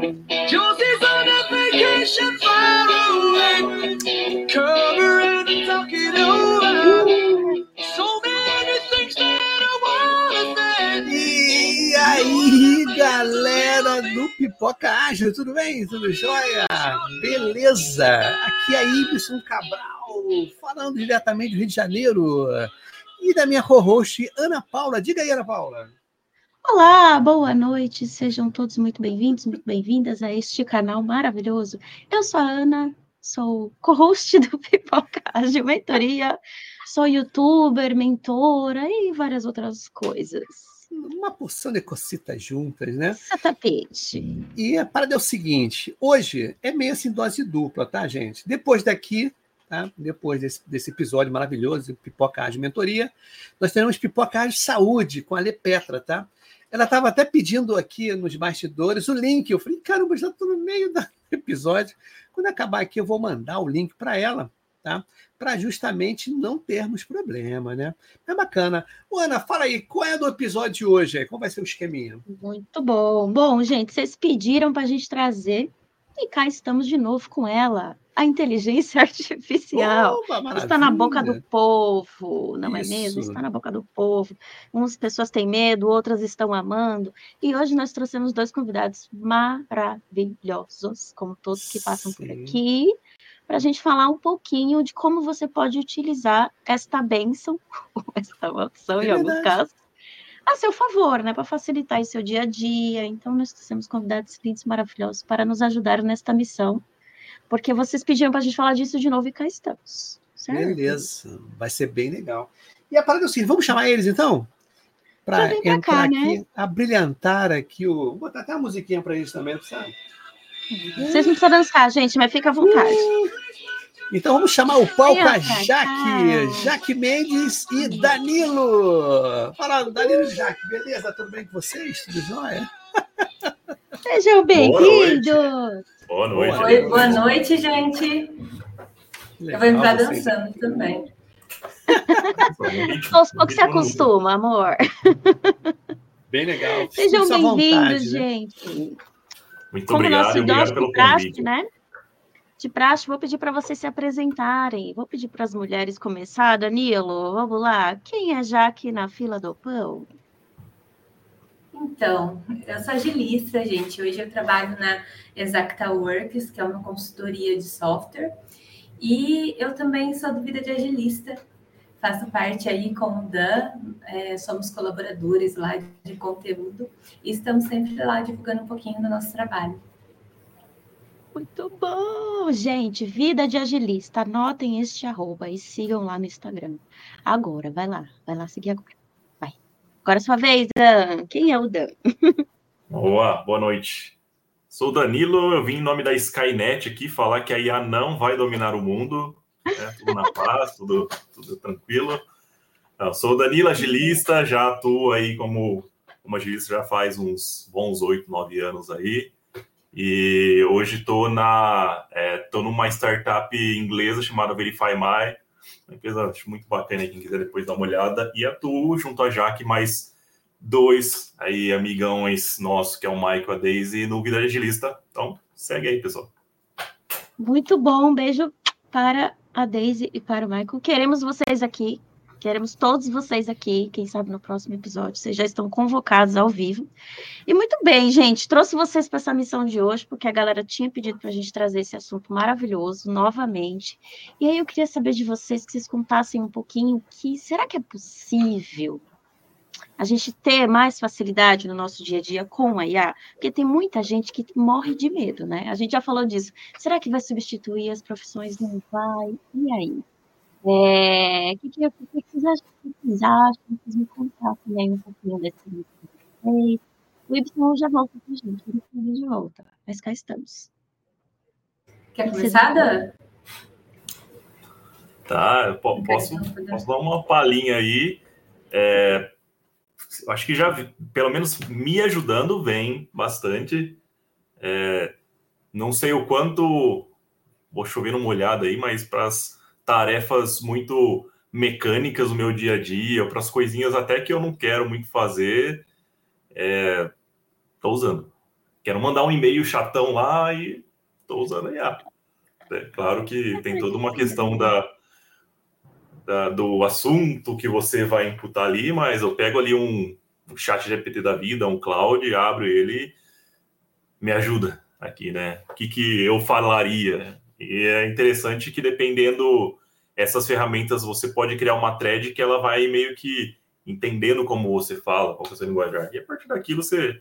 Josie's on a vacation far away. Come around and talk it over. So many things that I wanna say. E aí, galera do Pipoca Ágil, tudo bem? Tudo jóia? Beleza? Aqui é Ibson Cabral, falando diretamente do Rio de Janeiro. E da minha co-host, Ana Paula. Diga aí, Ana Paula. Olá, boa noite, sejam todos muito bem-vindos, muito bem-vindas a este canal maravilhoso. Eu sou a Ana, sou co-host do Pipoca Ágil Mentoria, sou youtuber, mentora e várias outras coisas. Uma porção de cocitas juntas, né? Tapete. E a parada é o seguinte, hoje é meio assim dose dupla, tá, gente? Depois daqui, tá? Depois desse episódio maravilhoso, Pipoca Ágil Mentoria, nós teremos Pipoca Ágil Saúde com a Lê Petra, tá? Ela estava até pedindo aqui nos bastidores o link. Eu falei, caramba, já estou no meio do episódio. Quando acabar aqui, eu vou mandar o link para ela, tá? Para justamente não termos problema, né? É bacana. Ô, Ana, fala aí, qual é do episódio de hoje? Qual vai ser o esqueminha? Muito bom. Bom, gente, vocês pediram para a gente trazer e cá estamos de novo com ela. A inteligência artificial está na boca do povo, não é mesmo? Está na boca do povo. Umas pessoas têm medo, outras estão amando. E hoje nós trouxemos dois convidados maravilhosos, como todos que passam por aqui, para a gente falar um pouquinho de como você pode utilizar esta bênção, ou esta maldição em alguns casos, a seu favor, né? Para facilitar o seu dia a dia. Então, nós temos convidados lindos, maravilhosos para nos ajudar nesta missão. Porque vocês pediram para a gente falar disso de novo e cá estamos. Certo? Beleza, vai ser bem legal. E a parada é o seguinte, vamos chamar eles então? Para entrar cá, aqui, né? Abrilhantar aqui o... Vou botar até uma musiquinha para eles também, sabe? Vocês não precisam dançar, gente, mas fica à vontade. Então vamos chamar o palco a Jaque Mendes e Danilo. Fala, Danilo e Jaque, beleza? Tudo bem com vocês? Tudo jóia? Sejam bem-vindos! Boa noite. Oi, boa noite, gente. Legal, eu vou entrar dançando também. Aos poucos se acostuma, amor. Bem legal. Sejam bem-vindos, gente. Muito obrigado pelo convite. Né? De praxe, vou pedir para vocês se apresentarem. Vou pedir para as mulheres começar. Danilo, vamos lá. Quem é Jaque na fila do pão? Então, eu sou agilista, gente. Hoje eu trabalho na Exacta Works, que é uma consultoria de software. E eu também sou do Vida de Agilista. Faço parte aí com o Dan, somos colaboradores lá de conteúdo. E estamos sempre lá divulgando um pouquinho do nosso trabalho. Muito bom, gente. Vida de Agilista. Anotem este @ e sigam lá no Instagram. Agora, vai lá seguir agora. Agora é sua vez, Dan. Quem é o Dan? Boa noite. Sou o Danilo, eu vim em nome da Skynet aqui falar que a IA não vai dominar o mundo. Tudo na paz, tudo tranquilo. Eu sou o Danilo, agilista, já atuo aí como agilista já faz uns bons 8, 9 anos aí. E hoje estou numa startup inglesa chamada Verify My. Uma empresa acho muito bacana, quem quiser depois dar uma olhada. E atuo junto a Jaque mais 2 aí, amigões nossos, que é o Michael e a Daisy, no Vida Agilista. Então, segue aí, pessoal. Muito bom, um beijo para a Daisy e para o Michael. Queremos vocês aqui, queremos todos vocês aqui. Quem sabe no próximo episódio vocês já estão convocados ao vivo. E muito bem, gente, trouxe vocês para essa missão de hoje, porque a galera tinha pedido para a gente trazer esse assunto maravilhoso novamente. E aí eu queria saber de vocês, que vocês contassem um pouquinho será que é possível a gente ter mais facilidade no nosso dia a dia com a IA? Porque tem muita gente que morre de medo, né? A gente já falou disso. Será que vai substituir as profissões? Não vai? E aí? O que vocês acham? Vocês me contassem aí um pouquinho desse conceito. O Y já volta com a gente. O Y de volta. Mas cá estamos. Quer começar, Dan? Tá, eu posso dar uma palhinha aí. Acho que já, pelo menos me ajudando, vem bastante. Não sei o quanto vou chover uma olhada aí, mas para as tarefas muito mecânicas do meu dia a dia, para as coisinhas até que eu não quero muito fazer, estou usando. quero mandar um e-mail chatão lá e estou usando a IA. É claro que tem toda uma questão do assunto que você vai imputar ali, mas eu pego ali um chat GPT da vida, um cloud, abro ele, me ajuda aqui, né? O que eu falaria? E é interessante que dependendo essas ferramentas, você pode criar uma thread que ela vai meio que entendendo como você fala, qual que é o seu linguajar. E a partir daquilo você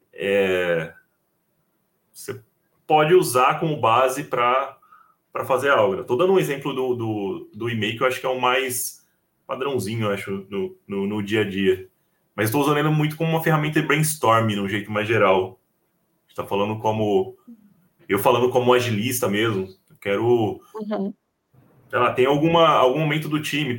pode usar como base para fazer algo. Estou dando um exemplo do e-mail que eu acho que é o mais padrãozinho, eu acho, no dia a dia. Mas estou usando ele muito como uma ferramenta de brainstorming, no jeito mais geral. Está falando como... Eu falando como agilista mesmo. Eu quero... Sei lá, tem algum momento do time,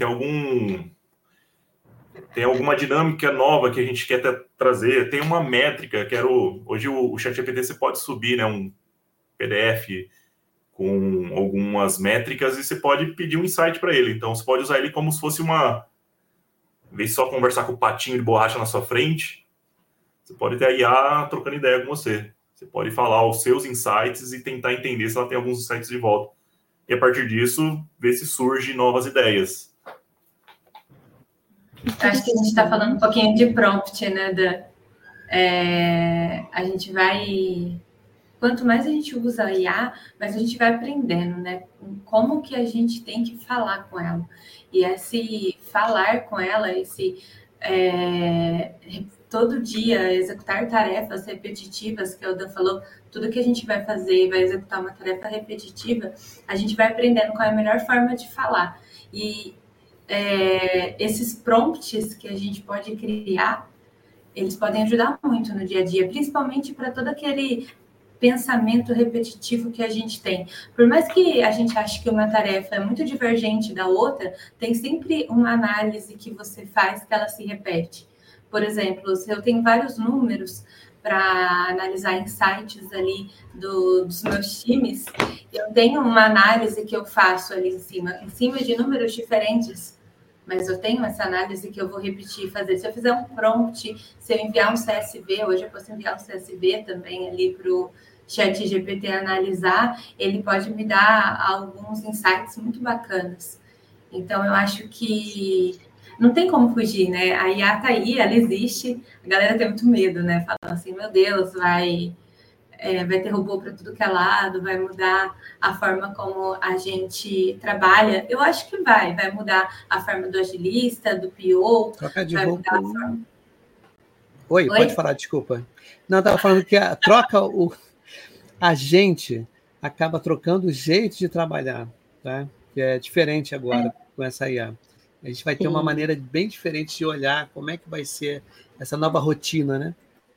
tem alguma dinâmica nova que a gente quer trazer, tem uma métrica, hoje o ChatGPT você pode subir, né, um PDF com algumas métricas e você pode pedir um insight para ele. Então você pode usar ele como se fosse em vez de só conversar com o patinho de borracha na sua frente, você pode ter a IA trocando ideia com você. Você pode falar os seus insights e tentar entender se ela tem alguns insights de volta. E a partir disso, ver se surgem novas ideias. Acho que a gente está falando um pouquinho de prompt, né? A gente vai... Quanto mais a gente usa a IA, mais a gente vai aprendendo, né? Como que a gente tem que falar com ela. E esse falar com ela, todo dia executar tarefas repetitivas, que o Dan falou, tudo que a gente vai fazer, vai executar uma tarefa repetitiva, a gente vai aprendendo qual é a melhor forma de falar. E esses prompts que a gente pode criar, eles podem ajudar muito no dia a dia, principalmente para todo aquele pensamento repetitivo que a gente tem. Por mais que a gente ache que uma tarefa é muito divergente da outra, tem sempre uma análise que você faz que ela se repete. Por exemplo, se eu tenho vários números para analisar insights ali dos meus times, eu tenho uma análise que eu faço ali em cima de números diferentes, mas eu tenho essa análise que eu vou repetir e fazer. Se eu fizer um prompt, se eu enviar um CSV, hoje eu posso enviar um CSV também ali para o ChatGPT analisar, ele pode me dar alguns insights muito bacanas. Então, eu acho que não tem como fugir, né? A IA tá aí, ela existe, a galera tem muito medo, né? Falando assim, meu Deus, vai ter robô para tudo que é lado, vai mudar a forma como a gente trabalha. Eu acho que vai mudar a forma do agilista, do PO, vai mudar a forma... Oi, pode falar, desculpa. Não, eu estava falando que a gente acaba trocando o jeito de trabalhar, tá? Que é diferente agora com essa IA. A gente vai ter uma maneira bem diferente de olhar como é que vai ser essa nova rotina, né?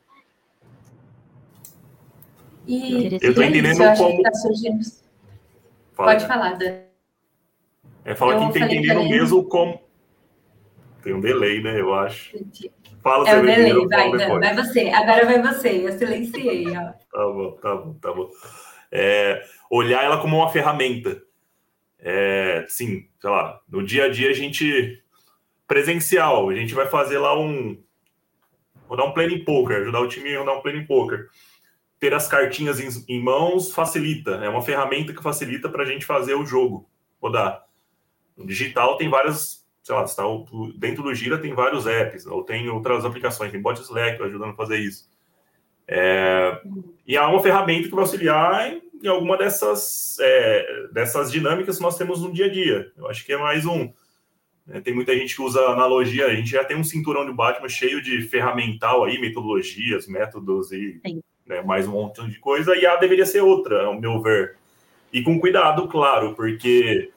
E eu estou entendendo como... Tá surgindo... Pode falar, Dan. Fala que está entendendo mesmo como... Tem um delay, né? Eu acho. Fala o delay, vai, Dan. Vai você. Agora vai você. Eu silenciei, ó. Tá bom. Olhar ela como uma ferramenta. Sim, sei lá, no dia a dia a gente... Presencial, a gente vai fazer lá rodar um planning poker, ajudar o time a rodar um planning poker. Ter as cartinhas em mãos facilita. É uma ferramenta que facilita para a gente fazer o jogo rodar. No digital tem várias... Sei lá, dentro do Gira tem vários apps, ou tem outras aplicações, tem bot Slack ajudando a fazer isso. E há uma ferramenta que vai auxiliar em alguma dessas dinâmicas que nós temos no dia a dia. Eu acho que é mais tem muita gente que usa analogia, a gente já tem um cinturão de Batman cheio de ferramental aí, metodologias, métodos e mais um montão de coisa, e a deveria ser outra, ao meu ver. E com cuidado, claro, porque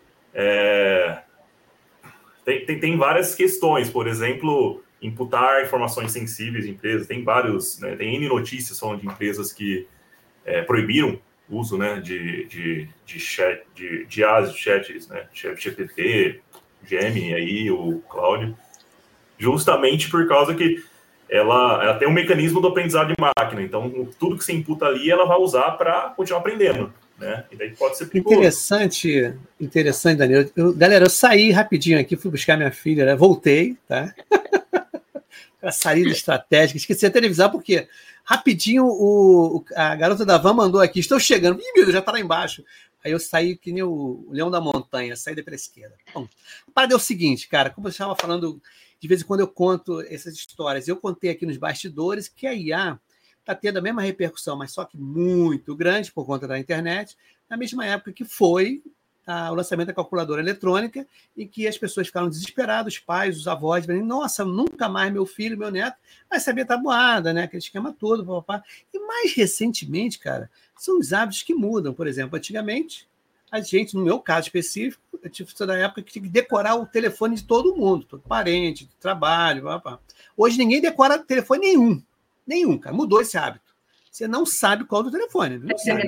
tem várias questões, por exemplo, imputar informações sensíveis de empresas, tem vários, né, tem N notícias falando de empresas que proibiram o uso, né, de chats, né, GPT, Gemini aí, o Cloud, justamente por causa que ela tem um mecanismo do aprendizado de máquina, então tudo que você imputa ali, ela vai usar para continuar aprendendo. Né? E daí pode ser perigoso. Interessante, Danilo. Galera, eu saí rapidinho aqui, fui buscar minha filha, né? Voltei, tá? Aquela saída estratégica. Esqueci até de avisar, porque rapidinho a garota da van mandou aqui, estou chegando. Ih, meu Deus, já está lá embaixo. Aí eu saí que nem o leão da montanha, saí pela esquerda. Bom, a parada é o seguinte, cara, como eu estava falando, de vez em quando eu conto essas histórias. Eu contei aqui nos bastidores que a IA está tendo a mesma repercussão, mas só que muito grande por conta da internet, na mesma época que foi o lançamento da calculadora eletrônica, em que as pessoas ficaram desesperadas, os pais, os avós, dizendo, nossa, nunca mais meu filho, meu neto vai saber tabuada, né? Aquele esquema todo, papapá. E mais recentemente, cara, são os hábitos que mudam. Por exemplo, antigamente, a gente, no meu caso específico, eu tive toda a época que tinha que decorar o telefone de todo mundo, todo parente, de trabalho, papapá. Hoje ninguém decora telefone nenhum. Nenhum, cara. Mudou esse hábito. Você não sabe qual é o telefone. Não sabe.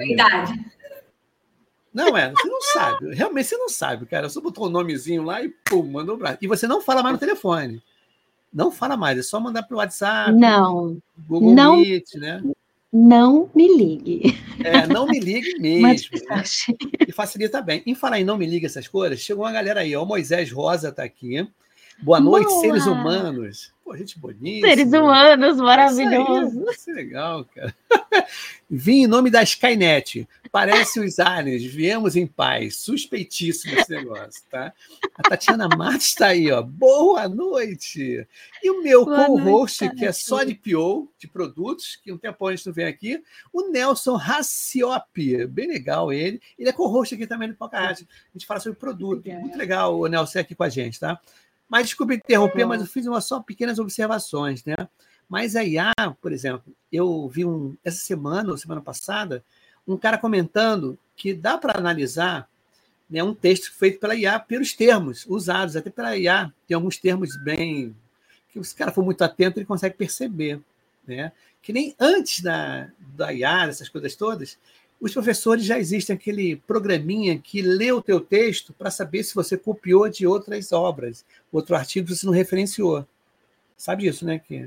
Não, você não sabe. Realmente você não sabe, cara. Só botou um nomezinho lá e pum, mandou pra... E você não fala mais no telefone. Não fala mais. É só mandar pelo WhatsApp, Não. Google Não, Meet, né? Não me ligue. Não me ligue mesmo. Né? E facilita bem. Em falar em não me ligue essas coisas, chegou uma galera aí. Ó, o Moisés Rosa tá aqui. Boa noite, Boa. Seres humanos. Pô, gente bonita. Seres humanos, maravilhoso. Isso é legal, cara. Vim em nome da Skynet. Parece os aliens. Viemos em paz. Suspeitíssimo esse negócio, tá? A Tatiana Matos está aí, ó. Boa noite. E o meu co-host, que é só de PO, de produtos, que um tempo a gente não vem aqui, o Nelson Raciop. Bem legal ele. Ele é co-host aqui também no Podcast. A gente fala sobre produto. Muito legal o Nelson aqui com a gente, tá? Mas desculpa interromper, mas eu fiz só pequenas observações, né? Mas a IA, por exemplo, eu vi essa semana ou semana passada, um cara comentando que dá para analisar, né, um texto feito pela IA pelos termos usados, até pela IA. Tem alguns termos bem... que se o cara for muito atento, ele consegue perceber, né? Que nem antes da IA, dessas coisas todas, os professores já existem aquele programinha que lê o teu texto para saber se você copiou de outras obras, outro artigo que você não referenciou. Sabe disso, né? Que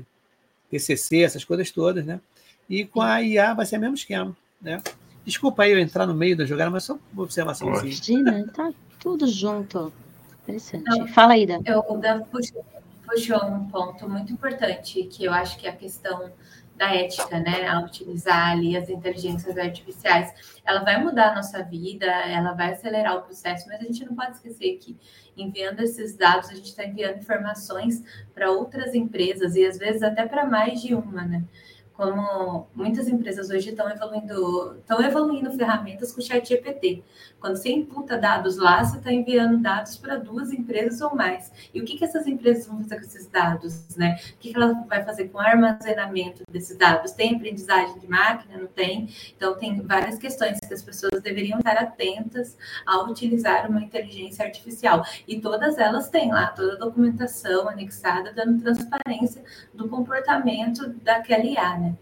TCC, essas coisas todas, né? E com a IA vai ser o mesmo esquema, né? Desculpa aí eu entrar no meio da jogada, mas só uma observação. Imagina, tá tudo junto. Interessante. Fala aí, Dan. O Dan puxou um ponto muito importante, que eu acho que é a questão da ética, né? A utilizar ali as inteligências artificiais. Ela vai mudar a nossa vida, ela vai acelerar o processo, mas a gente não pode esquecer que enviando esses dados, a gente está enviando informações para outras empresas e às vezes até para mais de uma, né? Como muitas empresas hoje estão evoluindo ferramentas com o ChatGPT. Quando você imputa dados lá, você está enviando dados para 2 empresas ou mais. E o que essas empresas vão fazer com esses dados, né? O que ela vai fazer com o armazenamento desses dados? Tem aprendizagem de máquina? Não tem? Então, tem várias questões que as pessoas deveriam estar atentas ao utilizar uma inteligência artificial. E todas elas têm lá toda a documentação anexada, dando transparência do comportamento daquela IA, né?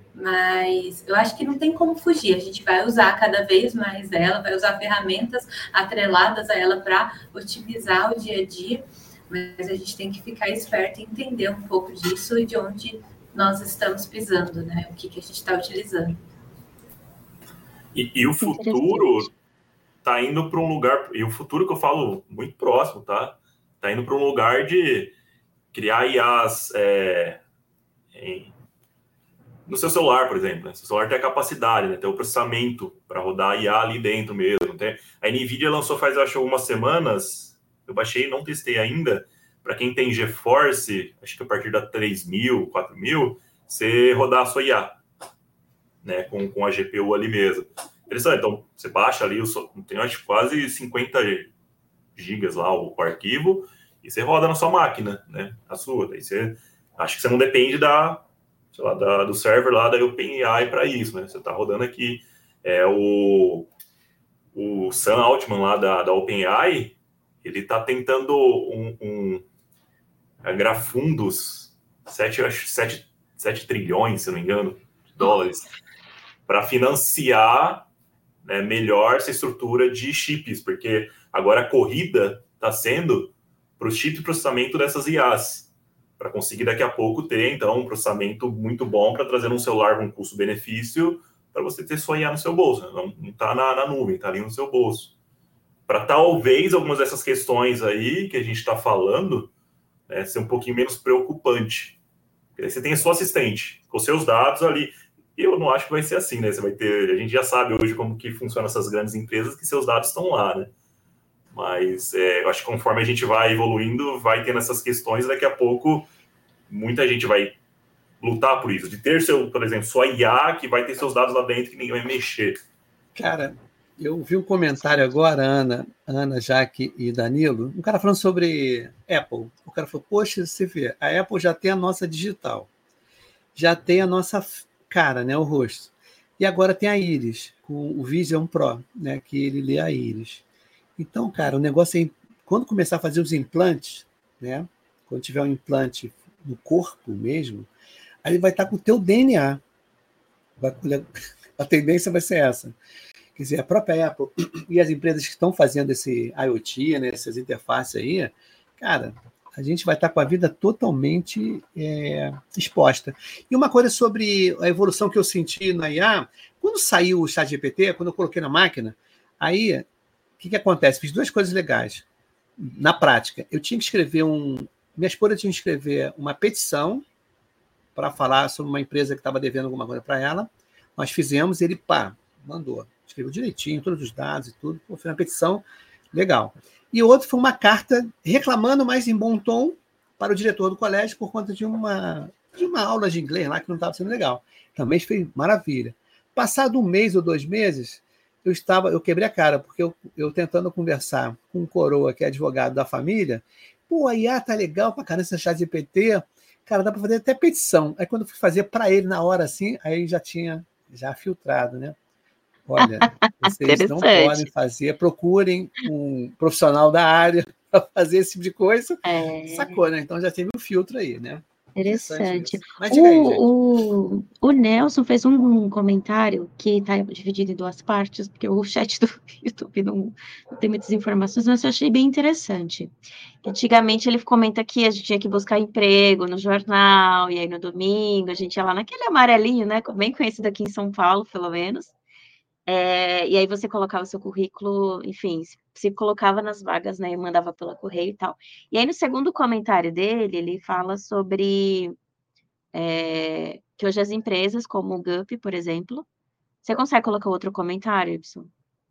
Mas eu acho que não tem como fugir. A gente vai usar cada vez mais ela, vai usar ferramentas atreladas a ela para otimizar o dia a dia, mas a gente tem que ficar esperto e entender um pouco disso e de onde nós estamos pisando, né? O que a gente está utilizando. E o futuro está indo para um lugar, e o futuro que eu falo muito próximo, tá? Está indo para um lugar de criar IAs no seu celular, por exemplo, né? Seu celular tem a capacidade, né? Tem o processamento para rodar IA ali dentro mesmo. Tem... A NVIDIA lançou faz, acho, algumas semanas, eu baixei, não testei ainda, para quem tem GeForce, acho que a partir da 3.000, 4.000, você rodar a sua IA, né? Com a GPU ali mesmo. Interessante, então você baixa ali, tem acho quase 50 gigas lá o arquivo, e você roda na sua máquina, né? A sua, daí você... Acho que você não depende do server lá da OpenAI para isso, né? Você está rodando aqui. O Sam Altman lá da OpenAI, ele está tentando fundos 7 trilhões, se não me engano, de dólares, para financiar, né, melhor essa estrutura de chips, porque agora a corrida está sendo para os chips de processamento dessas IAs, para conseguir daqui a pouco ter, então, um processamento muito bom para trazer um celular com custo-benefício para você ter sua IA no seu bolso. Não está na nuvem, está ali no seu bolso. Para talvez algumas dessas questões aí que a gente está falando, né, ser um pouquinho menos preocupante. Aí você tem a sua assistente, com seus dados ali. E eu não acho que vai ser assim, né? Você vai ter... A gente já sabe hoje como que funcionam essas grandes empresas, que seus dados estão lá, né? Mas eu acho que conforme a gente vai evoluindo, vai tendo essas questões, daqui a pouco muita gente vai lutar por isso, de ter por exemplo, sua IA que vai ter seus dados lá dentro que ninguém vai mexer. Cara, eu vi um comentário agora, Ana, Jaque e Danilo, um cara falando sobre Apple. O cara falou, poxa, você vê, a Apple já tem a nossa digital, já tem a nossa cara, né, o rosto. E agora tem a íris, com o Vision Pro, né, que ele lê a íris. Então, cara, o negócio é, quando começar a fazer os implantes, né, quando tiver um implante no corpo mesmo, aí ele vai estar com o teu DNA. A tendência vai ser essa. Quer dizer, a própria Apple e as empresas que estão fazendo esse IoT, né, essas interfaces aí, cara, a gente vai estar com a vida totalmente exposta. E uma coisa sobre a evolução que eu senti na IA, quando saiu o ChatGPT, quando eu coloquei na máquina, aí, o que acontece? Fiz duas coisas legais. Na prática, eu tinha que escrever minha esposa tinha que escrever uma petição para falar sobre uma empresa que estava devendo alguma coisa para ela. Nós fizemos, ele, mandou. Escreveu direitinho, todos os dados e tudo. Foi uma petição legal. E o outro foi uma carta reclamando, mas em bom tom, para o diretor do colégio por conta de uma aula de inglês lá que não estava sendo legal. Também fez maravilha. Passado 1 mês ou 2 meses, eu quebrei a cara, porque eu tentando conversar com um coroa que é advogado da família, pô, a IA tá legal pra caramba, esse ChatGPT, cara, dá para fazer até petição. Aí quando eu fui fazer para ele na hora assim, aí já tinha filtrado, né? Olha, vocês não podem fazer, procurem um profissional da área para fazer esse tipo de coisa. Sacou, né? Então já teve um filtro aí, né? Interessante. Mas diga aí, gente. O Nelson fez um comentário que está dividido em 2 partes, porque o chat do YouTube não tem muitas informações, mas eu achei bem interessante. Antigamente ele comenta que a gente tinha que buscar emprego no jornal, e aí no domingo a gente ia lá naquele amarelinho, né? Bem conhecido aqui em São Paulo, pelo menos. E aí você colocava o seu currículo, enfim, se colocava nas vagas, né, e mandava pela correio e tal. E aí no segundo comentário dele, ele fala sobre que hoje as empresas, como o Gup, por exemplo, você consegue colocar outro comentário, Y?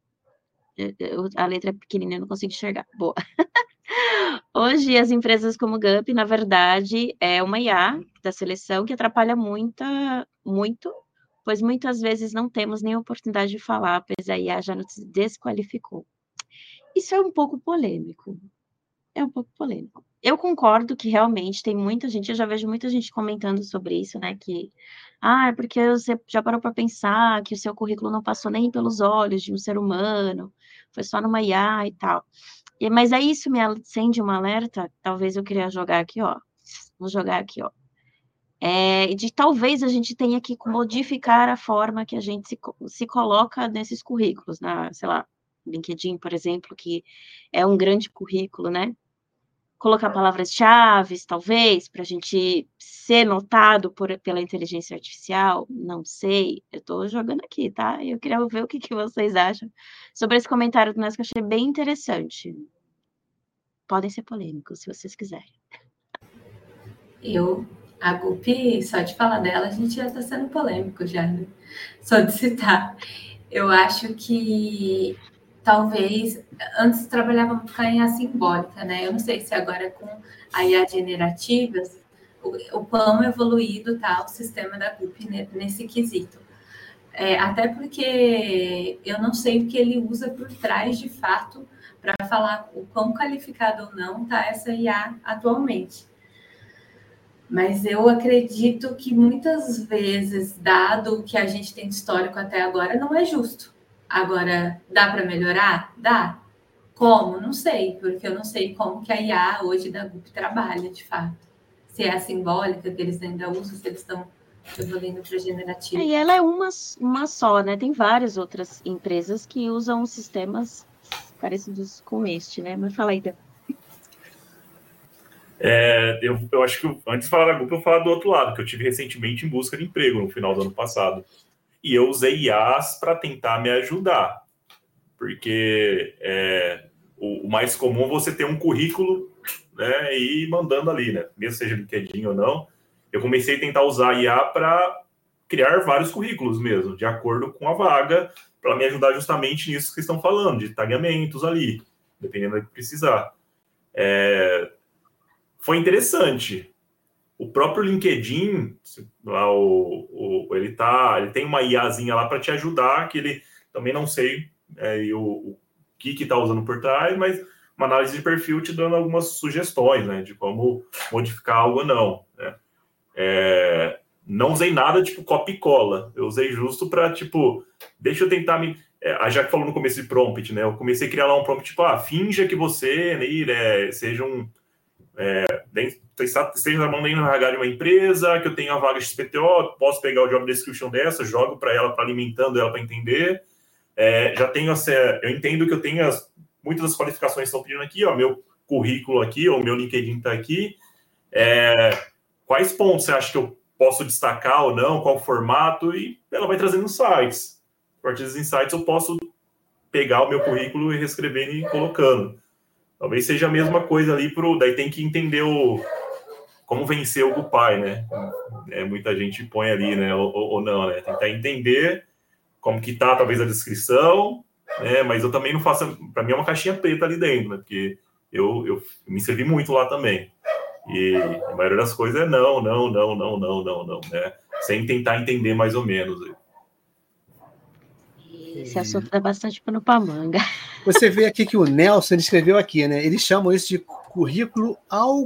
A letra é pequenininha, eu não consigo enxergar. Boa. Hoje as empresas como o Gup, na verdade, é uma IA da seleção que atrapalha muito, pois muitas vezes não temos nem oportunidade de falar, pois a IA já nos desqualificou. Isso é um pouco polêmico. Eu concordo que realmente tem muita gente, eu já vejo muita gente comentando sobre isso, né, que, é porque você já parou para pensar que o seu currículo não passou nem pelos olhos de um ser humano, foi só numa IA e tal. Mas aí isso me acende um alerta, talvez eu queria jogar aqui, ó, vou jogar aqui, ó, de talvez a gente tenha que modificar a forma que a gente se coloca nesses currículos, sei lá, LinkedIn, por exemplo, que é um grande currículo, né? Colocar palavras-chave, talvez, para a gente ser notado pela inteligência artificial, não sei, eu estou jogando aqui, tá? Eu queria ver o que vocês acham sobre esse comentário do Nelson, que eu achei bem interessante. Podem ser polêmicos, se vocês quiserem. A Gup, só de falar dela, a gente já está sendo polêmico já, né? Só de citar. Eu acho que talvez antes trabalhava muito com a IA simbólica, né? Eu não sei se agora com a IA generativas, o quão evoluído está o sistema da Gup nesse quesito. Até porque eu não sei o que ele usa por trás de fato para falar o quão qualificado ou não está essa IA atualmente. Mas eu acredito que muitas vezes, dado o que a gente tem de histórico até agora, não é justo. Agora, dá para melhorar? Dá. Como? Não sei, porque eu não sei como que a IA hoje da Gup trabalha, de fato. Se é a simbólica que eles ainda usam, se eles estão evoluindo para generativa. E ela é uma só, né? Tem várias outras empresas que usam sistemas parecidos com este, né? Mas fala aí, Dan. Eu acho que antes de falar da Gup, eu vou falar do outro lado, que eu tive recentemente em busca de emprego no final do ano passado. E eu usei IAs para tentar me ajudar. Porque o mais comum é você ter um currículo, né, e ir mandando ali, né? Mesmo seja LinkedIn ou não. eu comecei a tentar usar a IA para criar vários currículos mesmo, de acordo com a vaga, para me ajudar justamente nisso que estão falando, de tagueamentos ali, dependendo do que precisar. Foi interessante. O próprio LinkedIn, lá ele tem uma IAzinha lá para te ajudar, que ele também não sei o que está usando por trás, mas uma análise de perfil te dando algumas sugestões, né, de como modificar algo ou não, né? Não usei nada tipo copy e cola, eu usei justo para, tipo, deixa eu tentar a Jaque falou no começo de prompt, né? Eu comecei a criar lá um prompt, tipo, finja que você, né, seja um... esteja trabalhando no RH de uma empresa, que eu tenho a vaga XPTO, posso pegar o job description dessa, jogo para ela, para alimentando ela para entender. Já tenho eu entendo que eu tenho muitas das qualificações que estão pedindo aqui, ó, meu currículo aqui, ou meu LinkedIn está aqui. Quais pontos você acha que eu posso destacar ou não, qual formato, e ela vai trazendo insights. A partir dos insights eu posso pegar o meu currículo e reescrever e ir colocando. Talvez seja a mesma coisa ali, daí tem que entender como vencer o pai, né? Muita gente põe ali, né? Ou não, né? Tentar entender como que tá, talvez, a descrição, né? Mas eu também não faço... Para mim é uma caixinha preta ali dentro, né? Porque eu me servi muito lá também. E a maioria das coisas é não, né? Sem tentar entender mais ou menos. Esse assunto dá bastante pano pra manga. Você vê aqui que o Nelson escreveu aqui, né? Eles chamam isso de currículo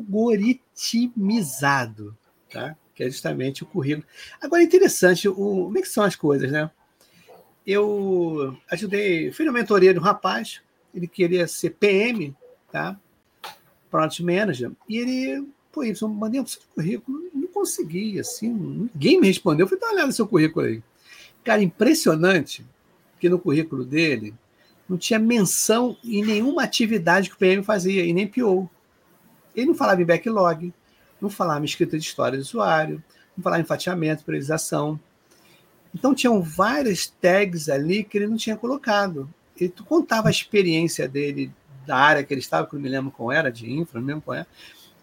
algoritmizado, tá? Que é justamente o currículo. Agora, interessante, como é que são as coisas, né? Eu fui na mentoria de um rapaz, ele queria ser PM, tá? Product Manager, e ele, eu mandei um currículo, não consegui, assim, ninguém me respondeu. Eu fui dar uma olhada no seu currículo aí. Cara, impressionante que no currículo dele não tinha menção em nenhuma atividade que o PM fazia, e nem PO. Ele não falava em backlog, não falava em escrita de história do usuário, não falava em fatiamento, priorização. Então, tinham várias tags ali que ele não tinha colocado. Ele contava a experiência dele da área que ele estava, que eu não me lembro qual era, de infra, não me lembro qual era,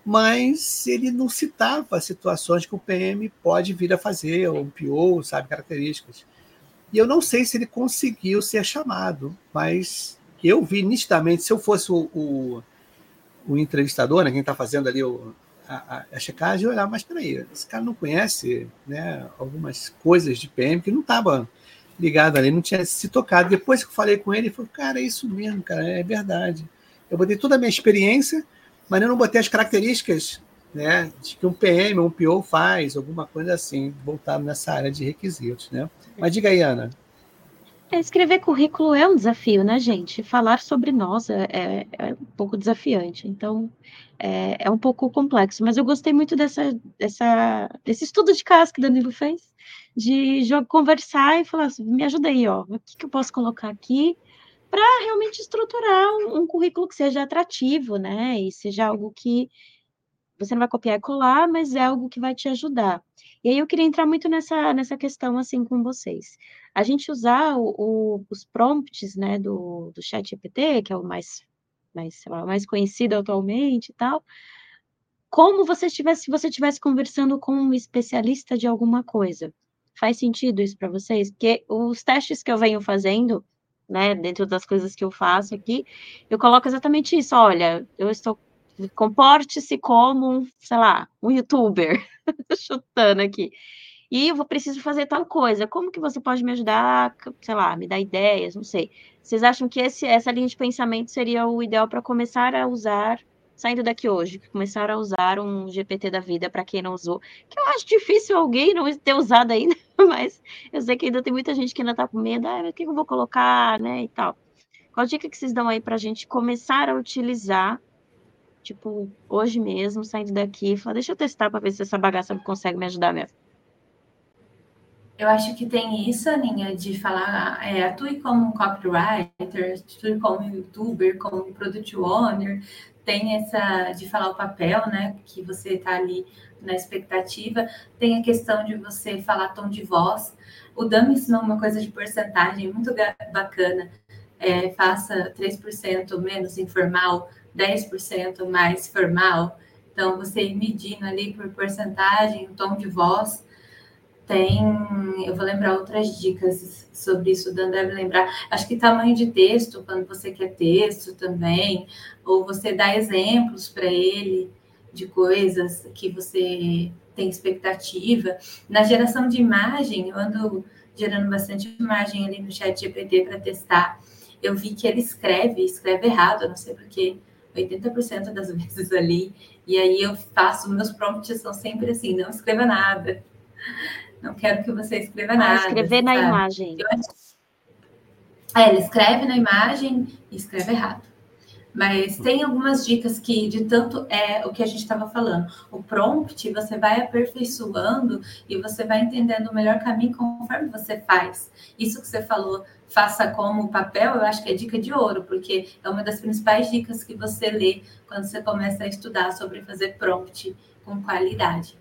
mas ele não citava situações que o PM pode vir a fazer, ou um PO, sabe, características. E eu não sei se ele conseguiu ser chamado, mas eu vi nitidamente, se eu fosse o entrevistador, né, quem está fazendo ali a checagem, eu olhava, mas peraí, esse cara não conhece, né, algumas coisas de PM que não estava ligado ali, não tinha se tocado. Depois que eu falei com ele, ele falou, cara, é isso mesmo, cara, é verdade. Eu botei toda a minha experiência, mas eu não botei as características, né, de que um PM ou um PO faz, alguma coisa assim, voltado nessa área de requisitos, né? Mas diga aí, Ana. Escrever currículo é um desafio, né, gente? Falar sobre nós é um pouco desafiante, então é um pouco complexo, mas eu gostei muito desse estudo de caso que o Danilo fez, de conversar e falar assim, me ajuda aí, ó, o que eu posso colocar aqui para realmente estruturar um currículo que seja atrativo, né, e seja algo que você não vai copiar e colar, mas é algo que vai te ajudar. E aí eu queria entrar muito nessa questão, assim, com vocês. A gente usar os prompts, né, do ChatGPT, que é o mais, sei lá, mais conhecido atualmente e tal, como se você estivesse conversando com um especialista de alguma coisa. Faz sentido isso para vocês? Porque os testes que eu venho fazendo, né, dentro das coisas que eu faço aqui, eu coloco exatamente isso. Olha, comporte-se como, sei lá, um youtuber, chutando aqui. E eu preciso fazer tal coisa. Como que você pode me ajudar, sei lá, me dar ideias, não sei. Vocês acham que essa linha de pensamento seria o ideal para começar a usar, saindo daqui hoje, começar a usar um GPT da vida para quem não usou? Que eu acho difícil alguém não ter usado ainda, mas eu sei que ainda tem muita gente que ainda está com medo, o que eu vou colocar, né, e tal. Qual dica que vocês dão aí para a gente começar a utilizar, tipo, hoje mesmo, saindo daqui, e falar, deixa eu testar para ver se essa bagaça consegue me ajudar mesmo? Eu acho que tem isso, Aninha, de falar, atue como um copywriter, atue como youtuber, como product owner, tem essa de falar o papel, né, que você está ali na expectativa, tem a questão de você falar tom de voz. O Dan me ensinou uma coisa de porcentagem muito bacana, faça 3% menos informal, 10% mais formal, Então, você ir medindo ali por porcentagem, o tom de voz. Eu vou lembrar outras dicas sobre isso, o Dan deve lembrar. Acho que tamanho de texto, quando você quer texto também, ou você dá exemplos para ele de coisas que você tem expectativa. Na geração de imagem, eu ando gerando bastante imagem ali no ChatGPT para testar. Eu vi que ele escreve errado, não sei porquê, 80% das vezes ali. E aí eu faço, meus prompts são sempre assim, não escreva nada. Não quero que você escreva nada. Escrever na imagem. Ele escreve na imagem e escreve errado. Mas tem algumas dicas que, de tanto é o que a gente estava falando. O prompt, você vai aperfeiçoando e você vai entendendo o melhor caminho conforme você faz. Isso que você falou, faça como papel, eu acho que é dica de ouro, porque é uma das principais dicas que você lê quando você começa a estudar sobre fazer prompt com qualidade.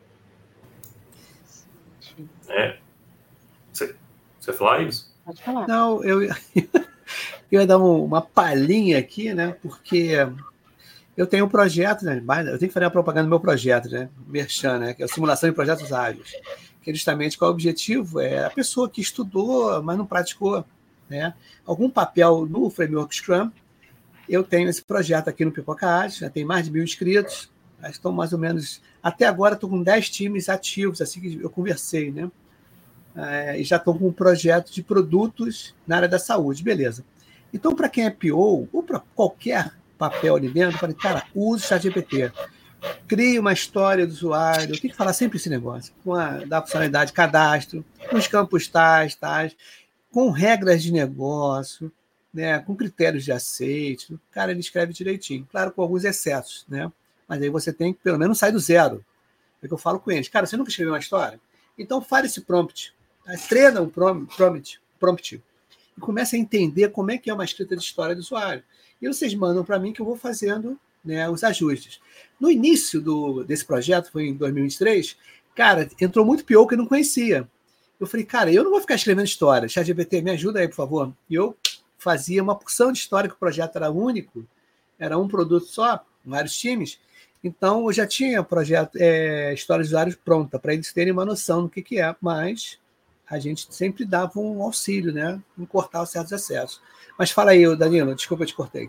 Você falar isso? Pode falar. Não, eu ia dar uma palhinha aqui, né? Porque eu tenho um projeto, né? Eu tenho que fazer a propaganda do meu projeto, né? Merchan, né? Que é a simulação de projetos ágeis. Que é justamente qual é o objetivo? É a pessoa que estudou, mas não praticou, né? Algum papel no Framework Scrum. Eu tenho esse projeto aqui no Pipoca Ágil, já tem mais de 1.000 inscritos. Estão mais ou menos... Até agora estou com 10 times ativos, assim que eu conversei, né? E já estão com um projeto de produtos na área da saúde, beleza. Então, para quem é PO, ou para qualquer papel ali dentro, eu falei, cara, use o ChatGPT. Crie uma história do usuário, eu tenho que falar sempre esse negócio, da funcionalidade cadastro, com os campos tais, com regras de negócio, né, com critérios de aceite. O cara, ele escreve direitinho, claro, com alguns excessos, né? Mas aí você tem que, pelo menos, sair do zero. É que eu falo com eles. Cara, você nunca escreveu uma história? Então, fale esse prompt. Treina um prompt e comece a entender como é que é uma escrita de história do usuário. E vocês mandam para mim que eu vou fazendo, né, os ajustes. No início desse projeto, foi em 2023, cara, entrou muito PO que eu não conhecia. Eu falei, cara, eu não vou ficar escrevendo história. ChatGPT, me ajuda aí, por favor. E eu fazia uma porção de história, que o projeto era único, era um produto só, vários times. Então, eu já tinha projeto, história de usuários pronta, para eles terem uma noção do que é, mas a gente sempre dava um auxílio, né, em cortar os certos excessos. Mas fala aí, Danilo, desculpa, eu te cortei.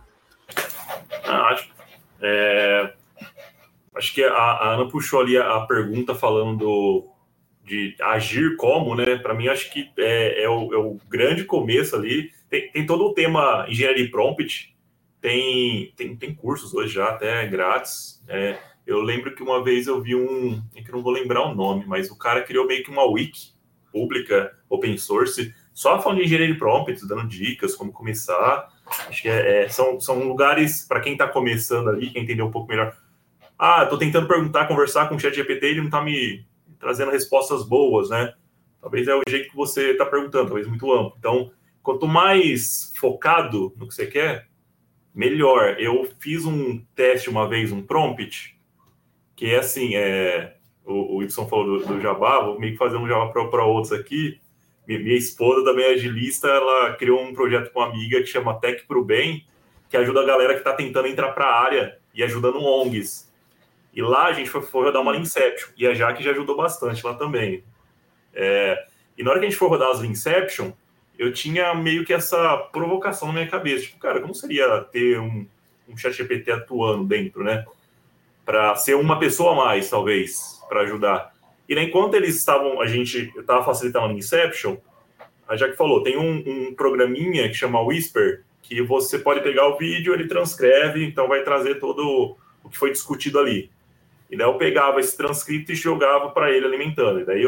Acho que a Ana puxou ali a pergunta falando de agir como, né? Para mim, acho que é o grande começo ali. Tem todo o tema engenharia prompt, tem cursos hoje já, até grátis. Eu lembro que uma vez eu vi que eu não vou lembrar o nome, mas o cara criou meio que uma wiki pública, open source, só falando de engenharia de prompts, dando dicas, como começar. Acho que são lugares para quem está começando ali, quem entender um pouco melhor. Estou tentando conversar com o ChatGPT, ele não está me trazendo respostas boas, né? Talvez é o jeito que você está perguntando, talvez muito amplo. Então, quanto mais focado no que você quer, melhor. Eu fiz um teste uma vez, um prompt, que é assim, o Y falou do Java, vou meio que fazer um Java para outros aqui. Minha esposa também é agilista, ela criou um projeto com uma amiga que chama Tech Pro Bem, que ajuda a galera que está tentando entrar para a área e ajudando ONGs. E lá a gente foi rodar uma Inception, e a Jaque já ajudou bastante lá também. E na hora que a gente for rodar as Inception, eu tinha meio que essa provocação na minha cabeça. Tipo, cara, como seria ter um ChatGPT atuando dentro, né? Para ser uma pessoa a mais, talvez, para ajudar. E né, enquanto eles estavam, eu estava facilitando a Inception, a Jaque falou, tem um programinha que chama Whisper, que você pode pegar o vídeo, ele transcreve, então vai trazer todo o que foi discutido ali. E daí eu pegava esse transcrito e jogava para ele alimentando. E daí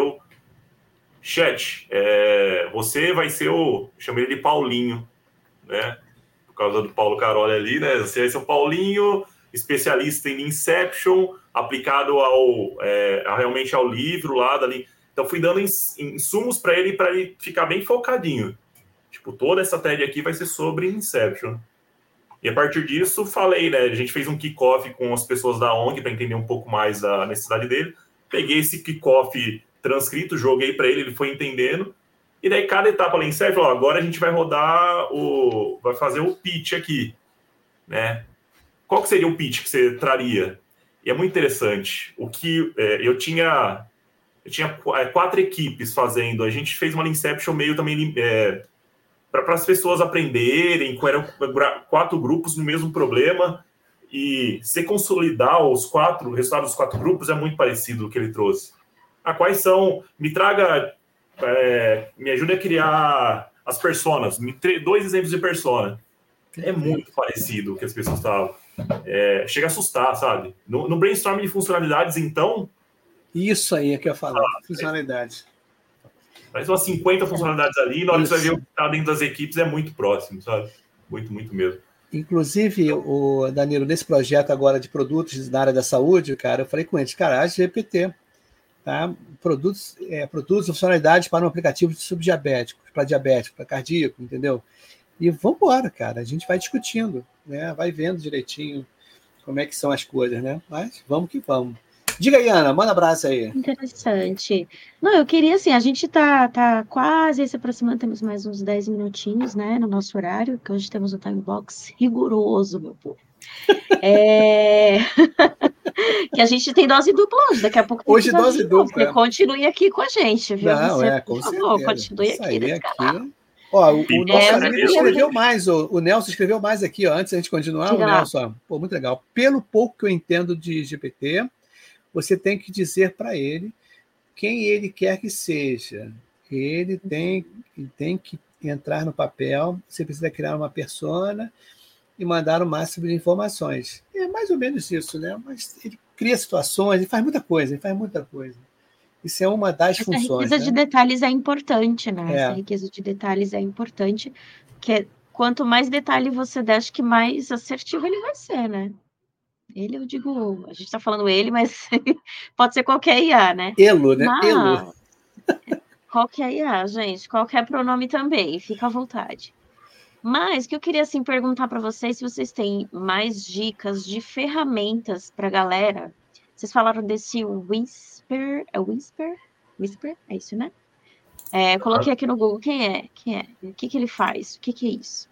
chat, você vai ser eu chamei ele de Paulinho, né? Por causa do Paulo Caroli ali, né? Você vai ser o Paulinho, especialista em Inception, aplicado realmente ao livro lá dali. Então fui dando insumos para ele ficar bem focadinho. Tipo, toda essa tag aqui vai ser sobre Inception. E a partir disso, falei, né? A gente fez um kickoff com as pessoas da ONG para entender um pouco mais a necessidade dele. Peguei esse kickoff transcrito, joguei para ele foi entendendo. E daí, cada etapa lá em Inception, agora a gente vai rodar vai fazer o pitch aqui, né? Qual que seria o pitch que você traria? E é muito interessante. O que eu tinha 4 equipes fazendo. A gente fez uma Inception meio também para as pessoas aprenderem. Eram 4 grupos no mesmo problema. E se consolidar os resultados dos 4 grupos é muito parecido do que ele trouxe. Quais são? Me traga, me ajude a criar as personas. 2 exemplos de persona. É muito parecido o que as pessoas estavam. Chega a assustar, sabe? No brainstorm de funcionalidades, então. Isso aí é que eu falo, funcionalidades. Faz umas 50 funcionalidades ali, e na hora que você vai ver o que está dentro das equipes é muito próximo, sabe? Muito, muito mesmo. Inclusive, o Danilo, nesse projeto agora de produtos na área da saúde, cara, eu falei com eles, cara, a GPT, tá? Produtos e funcionalidades para um aplicativo de subdiabético, para diabético, para cardíaco, entendeu? E vamos embora, cara, a gente vai discutindo, né? Vai vendo direitinho como é que são as coisas, né? Mas vamos que vamos. Diga aí, Ana, manda abraço aí. Interessante. Não, eu queria, assim, a gente tá quase se aproximando, temos mais uns 10 minutinhos, né, no nosso horário, que hoje temos um time box rigoroso, meu povo. Que a gente tem dose dupla hoje, daqui a pouco tem hoje dose dupla. Você continue aqui com a gente, viu? Não, você, com por favor, certeza. continue aqui nesse canal. Ó, o nosso amigo escreveu mais, o Nelson escreveu mais aqui, ó, antes da gente continuar, o Nelson, pô, muito legal. Pelo pouco que eu entendo de GPT, você tem que dizer para ele quem ele quer que seja. Ele tem que entrar no papel, você precisa criar uma persona e mandar o máximo de informações. É mais ou menos isso, né? Mas ele cria situações, ele faz muita coisa. Isso é uma das funções. Essa riqueza de detalhes é importante, né? É. Essa riqueza de detalhes é importante, porque quanto mais detalhe você der, acho que mais assertivo ele vai ser, né? Ele, eu digo, a gente está falando ele, mas pode ser qualquer IA, né? Elo, né? Mas, Elo. Qualquer IA, gente, qualquer pronome também, fica à vontade. Mas que eu queria assim perguntar para vocês se vocês têm mais dicas de ferramentas para a galera. Vocês falaram desse Whisper, Whisper, é isso, né? Coloquei aqui no Google, quem é? O que ele faz? O que é isso?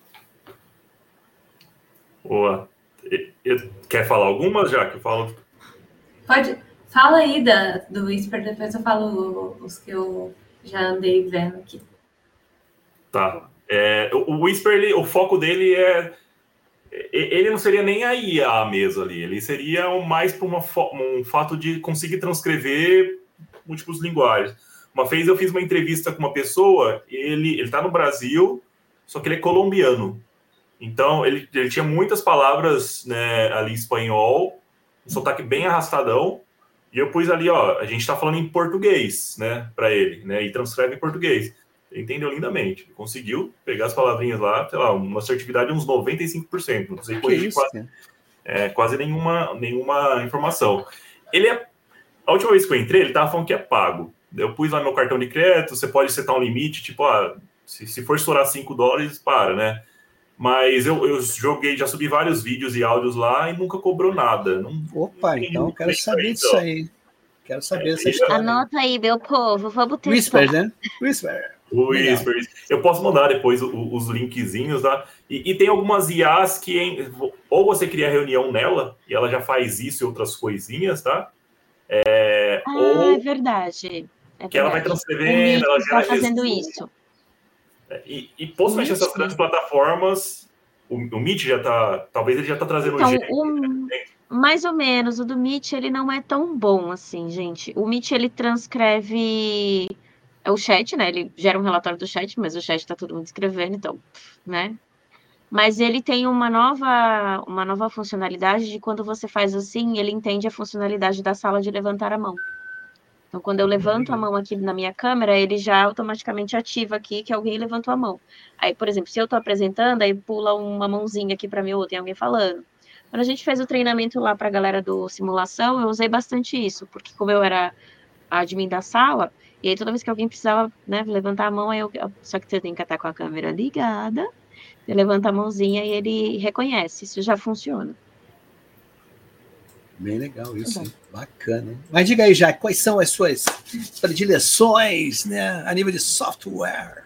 Boa. Quer falar algumas, já que eu falo? Pode. Fala aí do Whisper, depois eu falo os que eu já andei vendo aqui. Tá. O Whisper, o foco dele ele não seria nem a IA mesmo ali, ele seria mais para um fato de conseguir transcrever múltiplas linguagens. Uma vez eu fiz uma entrevista com uma pessoa, ele está no Brasil, só que ele é colombiano. Então, ele tinha muitas palavras, né, ali em espanhol, um sotaque bem arrastadão, e eu pus ali, ó, a gente está falando em português, né, para ele, né, e transcreve em português. Ele entendeu lindamente, ele conseguiu pegar as palavrinhas lá, sei lá, uma assertividade de uns 95%, não sei corrigir quase nenhuma informação. A última vez que eu entrei, ele estava falando que é pago. Eu pus lá meu cartão de crédito, você pode setar um limite, tipo, se for estourar $5, para, né? Mas eu já subi vários vídeos e áudios lá e nunca cobrou nada. Opa, então quero saber disso aí. Quero saber essa história. Anota aí, meu povo, vamos testar. Whisper, né? Whisper. Eu posso mandar depois os linkzinhos, tá? E tem algumas IAs que ou você cria reunião nela e ela já faz isso e outras coisinhas, tá? É verdade. Que ela vai transcrevendo, ela já está fazendo isso. E possivelmente essas grandes plataformas, o Meet já tá, talvez ele já tá trazendo mais ou menos, o do Meet ele não é tão bom assim, gente. O Meet ele transcreve o chat, né? Ele gera um relatório do chat, mas o chat tá todo mundo escrevendo, então, né? Mas ele tem uma nova funcionalidade de quando você faz assim, ele entende a funcionalidade da sala de levantar a mão. Então, quando eu levanto a mão aqui na minha câmera, ele já automaticamente ativa aqui que alguém levantou a mão. Aí, por exemplo, se eu estou apresentando, aí pula uma mãozinha aqui para mim ou tem alguém falando. Quando a gente fez o treinamento lá para a galera do simulação, eu usei bastante isso, porque como eu era a admin da sala, e aí toda vez que alguém precisava, né, levantar a mão, só que você tem que estar com a câmera ligada, você levanta a mãozinha e ele reconhece. Isso já funciona. Bem legal isso, hein? Bacana. Mas diga aí, Jaque, quais são as suas predileções, né, a nível de software?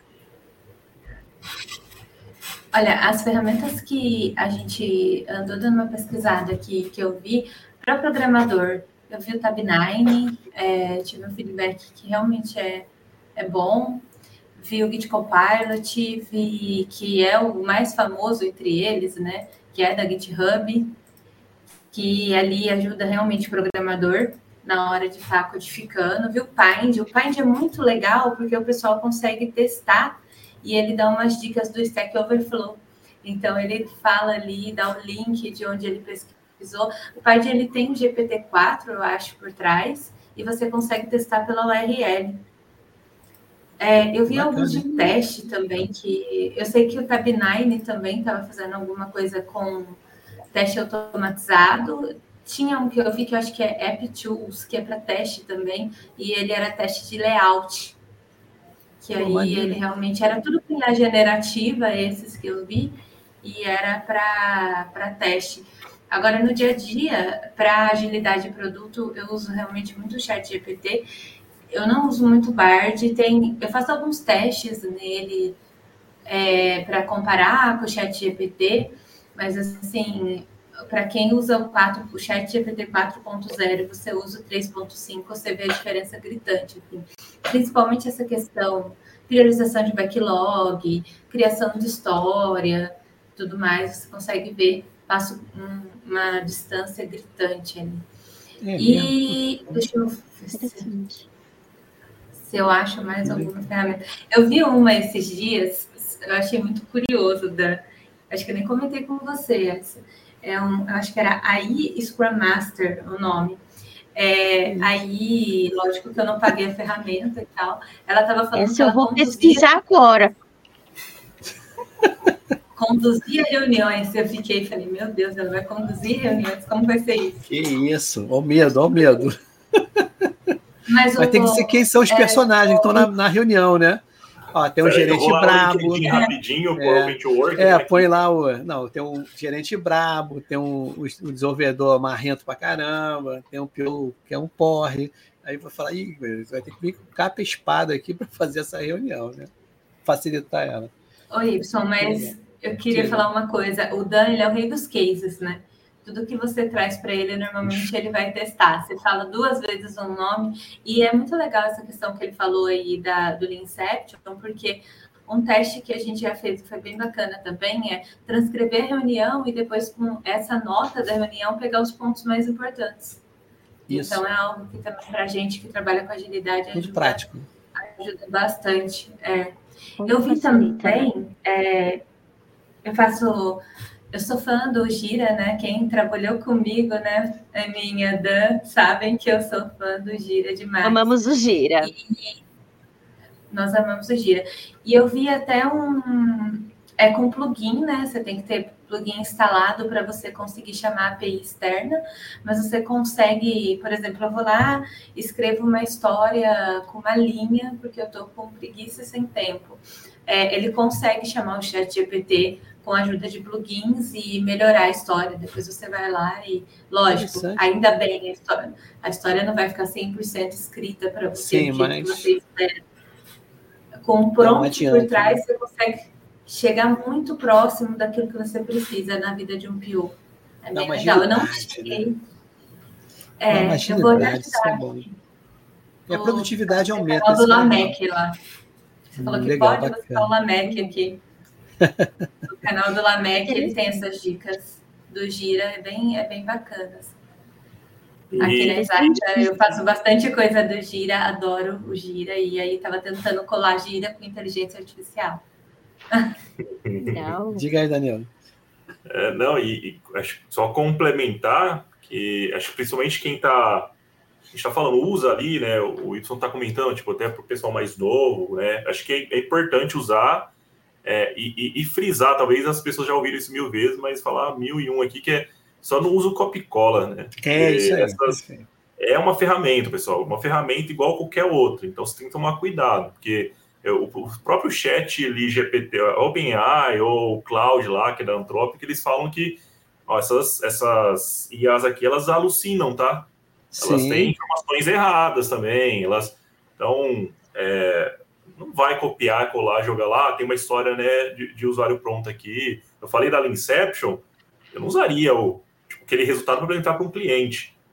Olha, as ferramentas que a gente andou dando uma pesquisada aqui, que eu vi, Para programador, eu vi o Tab9, tive um feedback que realmente é bom. Vi o Git Copilot, vi que é o mais famoso entre eles, né? Que é da GitHub, que ali ajuda realmente o programador na hora de estar codificando. Vi o Pind. O Pind é muito legal porque o pessoal consegue testar e ele dá umas dicas do Stack Overflow. Então, ele fala ali, dá o link de onde ele pesquisou. O Pind, ele tem GPT-4, eu acho, por trás, e você consegue testar pela URL. Eu vi alguns de teste também, que eu sei que o Tab9 também estava fazendo alguma coisa com teste automatizado. Tinha um que eu vi que eu acho que é AppTools, que é para teste também, e ele era teste de layout. Que aí ele realmente era tudo com IA generativa, esses que eu vi, e era para teste. Agora, no dia a dia, para agilidade de produto, eu uso realmente muito o ChatGPT. Eu não uso muito Bard, eu faço alguns testes nele para comparar com o ChatGPT, mas assim, para quem usa o ChatGPT 4.0, você usa o 3.5, você vê a diferença gritante. Assim. Principalmente essa questão, priorização de backlog, criação de história, tudo mais, você consegue ver, passa uma distância gritante ali. Deixa eu ver se eu acho mais alguma ferramenta. Eu vi uma esses dias, eu achei muito curioso, acho que eu nem comentei com você, eu acho que era AI Scrum Master o nome. Aí, lógico que eu não paguei a ferramenta e tal. Ela estava falando Essa eu vou pesquisar agora. Conduzir reuniões. Eu falei, meu Deus, ela vai conduzir reuniões? Como vai ser isso? Que isso, ó o medo. Mas tem que ser quem são os personagens que estão na reunião, né? Ó, tem um gerente brabo. Rapidinho, põe lá tem um gerente brabo, tem um desenvolvedor marrento pra caramba, tem um PO que é um porre. Aí vai falar, vai ter que vir com capa e espada aqui para fazer essa reunião, né? Facilitar ela. Oi, Y, mas eu queria falar uma coisa. O Dan, ele é o rei dos cases, né? Tudo que você traz para ele, normalmente ele vai testar. Você fala 2 vezes um nome, e é muito legal essa questão que ele falou aí do Leanception, porque um teste que a gente já fez, que foi bem bacana também, é transcrever a reunião e depois, com essa nota da reunião, pegar os pontos mais importantes. Isso. Então, é algo que também, para a gente que trabalha com agilidade, muito prático. Ajuda bastante. Eu vi também, eu sou fã do Gira, né? Quem trabalhou comigo, né? A minha Dan, sabem que eu sou fã do Gira demais. Amamos o Gira. Nós amamos o Gira. E eu vi até com plugin, né? Você tem que ter plugin instalado para você conseguir chamar a API externa, mas você consegue, por exemplo, eu vou lá, escrevo uma história com uma linha, porque eu estou com preguiça e sem tempo. Ele consegue chamar o ChatGPT com a ajuda de plugins e melhorar a história. Depois você vai lá e, lógico, ainda bem a história não vai ficar 100% escrita para você, sim, que você espera. Com o prompt por trás, você consegue chegar muito próximo daquilo que você precisa na vida de um PO. É bem legal. Eu não cheguei. Eu vou olhar isso é bom. E a produtividade aumenta. O canal do Lamec lá. Você falou que legal, pode botar o Lamec aqui. O canal do Lamec, ele tem essas dicas do Gira, é bem bacana. Aqui na Exata, eu faço bastante coisa do Gira, adoro o Gira, e aí estava tentando colar Gira com inteligência artificial. Diga aí, Daniel. Acho só complementar que acho que principalmente quem a gente está falando, usa ali, né? O Y está comentando, tipo, até para o pessoal mais novo, né? Acho que é importante usar e frisar, talvez as pessoas já ouviram isso 1000 vezes, mas falar 1001 aqui, que só não usa o copy e cola, né? Isso aí. É uma ferramenta, pessoal, uma ferramenta igual a qualquer outra, então você tem que tomar cuidado, porque o próprio chat ali, GPT, OpenAI ou o Cloud lá, que é da Anthropic, eles falam que essas IAs aqui, elas alucinam, tá? Elas têm informações erradas também, então, não vai copiar, colar, jogar lá, tem uma história, né, de usuário pronto aqui. Eu falei da Leanception, eu não usaria aquele resultado para apresentar para um cliente.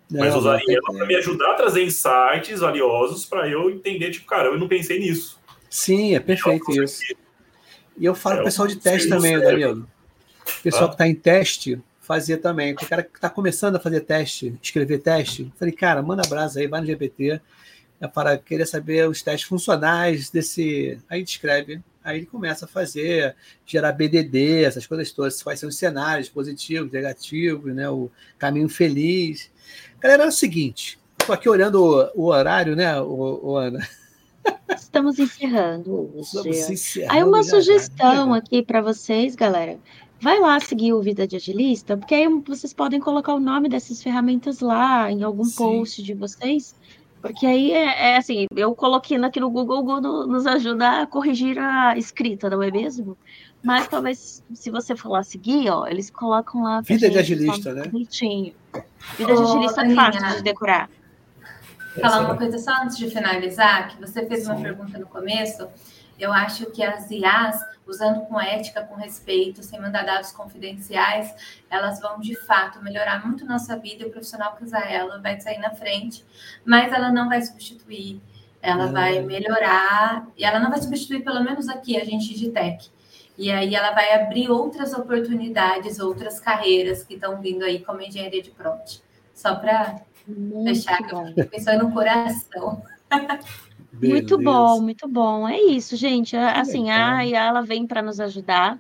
Mas Não, usaria tem ela para me ajudar a trazer insights valiosos para eu entender, tipo, cara, eu não pensei nisso. Sim, é perfeito Então, isso. E eu falo É pro pessoal de um teste serviço também, sério. Danilo. O pessoal Tá? que está em teste, fazer também. O cara que está começando a fazer teste, escrever teste, falei, cara, manda brasa aí, vai no GPT, para querer saber os testes funcionais desse. Aí ele escreve, aí ele começa a fazer, gerar BDD, essas coisas todas, quais são os cenários positivos, negativos, né, o caminho feliz. Galera, é o seguinte, estou aqui olhando o horário, né, Ana? Estamos encerrando Estamos hoje. Aí encerrando uma já já. sugestão aqui para vocês, galera. Vai lá seguir o Vida de Agilista, porque aí vocês podem colocar o nome dessas ferramentas lá em algum Sim. post de vocês, porque aí é assim, eu coloquei aqui no Google, o Google nos ajuda a corrigir a escrita, não é mesmo? Mas talvez, se você for lá seguir, ó, eles colocam lá pra Vida de gente os nomes agilista, né? bonitinho. Vida de Ô, Agilista é fácil de Aninha, decorar. falar Essa uma aí. coisa só antes de finalizar, que você fez uma Sim. pergunta no começo. Eu acho que as IAs, usando com ética, com respeito, sem mandar dados confidenciais, elas vão de fato melhorar muito nossa vida e o profissional que usar ela vai sair na frente, mas ela não vai substituir, ela vai melhorar, e ela não vai substituir, pelo menos aqui, a gente de tech. E aí ela vai abrir outras oportunidades, outras carreiras que estão vindo aí, como engenharia de prompt. Só para fechar, que eu Bom. fiquei pensando no coração. Muito bom, Beleza. muito bom. É isso, gente. Que Assim, legal. a IA ela vem para nos ajudar.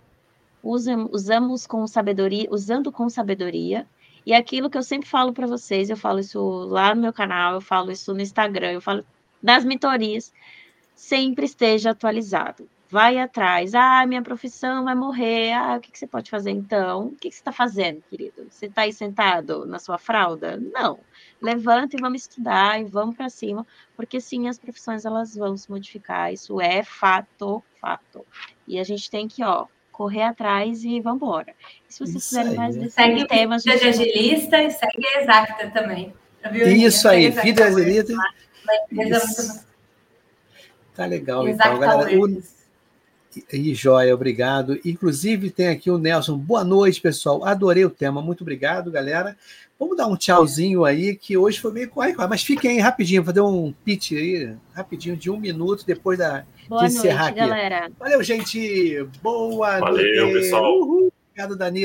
Usamos com sabedoria, usando com sabedoria. E aquilo que eu sempre falo para vocês, eu falo isso lá no meu canal, eu falo isso no Instagram, eu falo nas mentorias, sempre esteja atualizado. Vai atrás. Ah, minha profissão vai morrer. Ah, o que você pode fazer então? O que você está fazendo, querido? Você está aí sentado na sua fralda? Não. Levanta e vamos estudar e vamos para cima, porque sim, as profissões elas vão se modificar. Isso é fato, fato. E a gente tem que, ó, correr atrás e vamos embora. E se vocês Isso quiserem mais aí. desses Segue o temas, a Vida de gente Agilista e segue a Exacta também. Viu, Aninha? Isso Segue a aí. Vida Exacta Works, agilista. uma empresa Isso. muito... Tá legal, então, Exacta galera. Works. E joia, obrigado. Inclusive, tem aqui o Nelson. Boa noite, pessoal. Adorei o tema. Muito obrigado, galera. Vamos dar um tchauzinho aí, que hoje foi meio corre. Mas fiquem aí rapidinho, vou fazer um pitch aí, rapidinho, de 1 minuto, depois de boa encerrar noite, aqui. galera. Valeu, gente. Boa Valeu, noite. pessoal. Uhul. Obrigado, Danilo.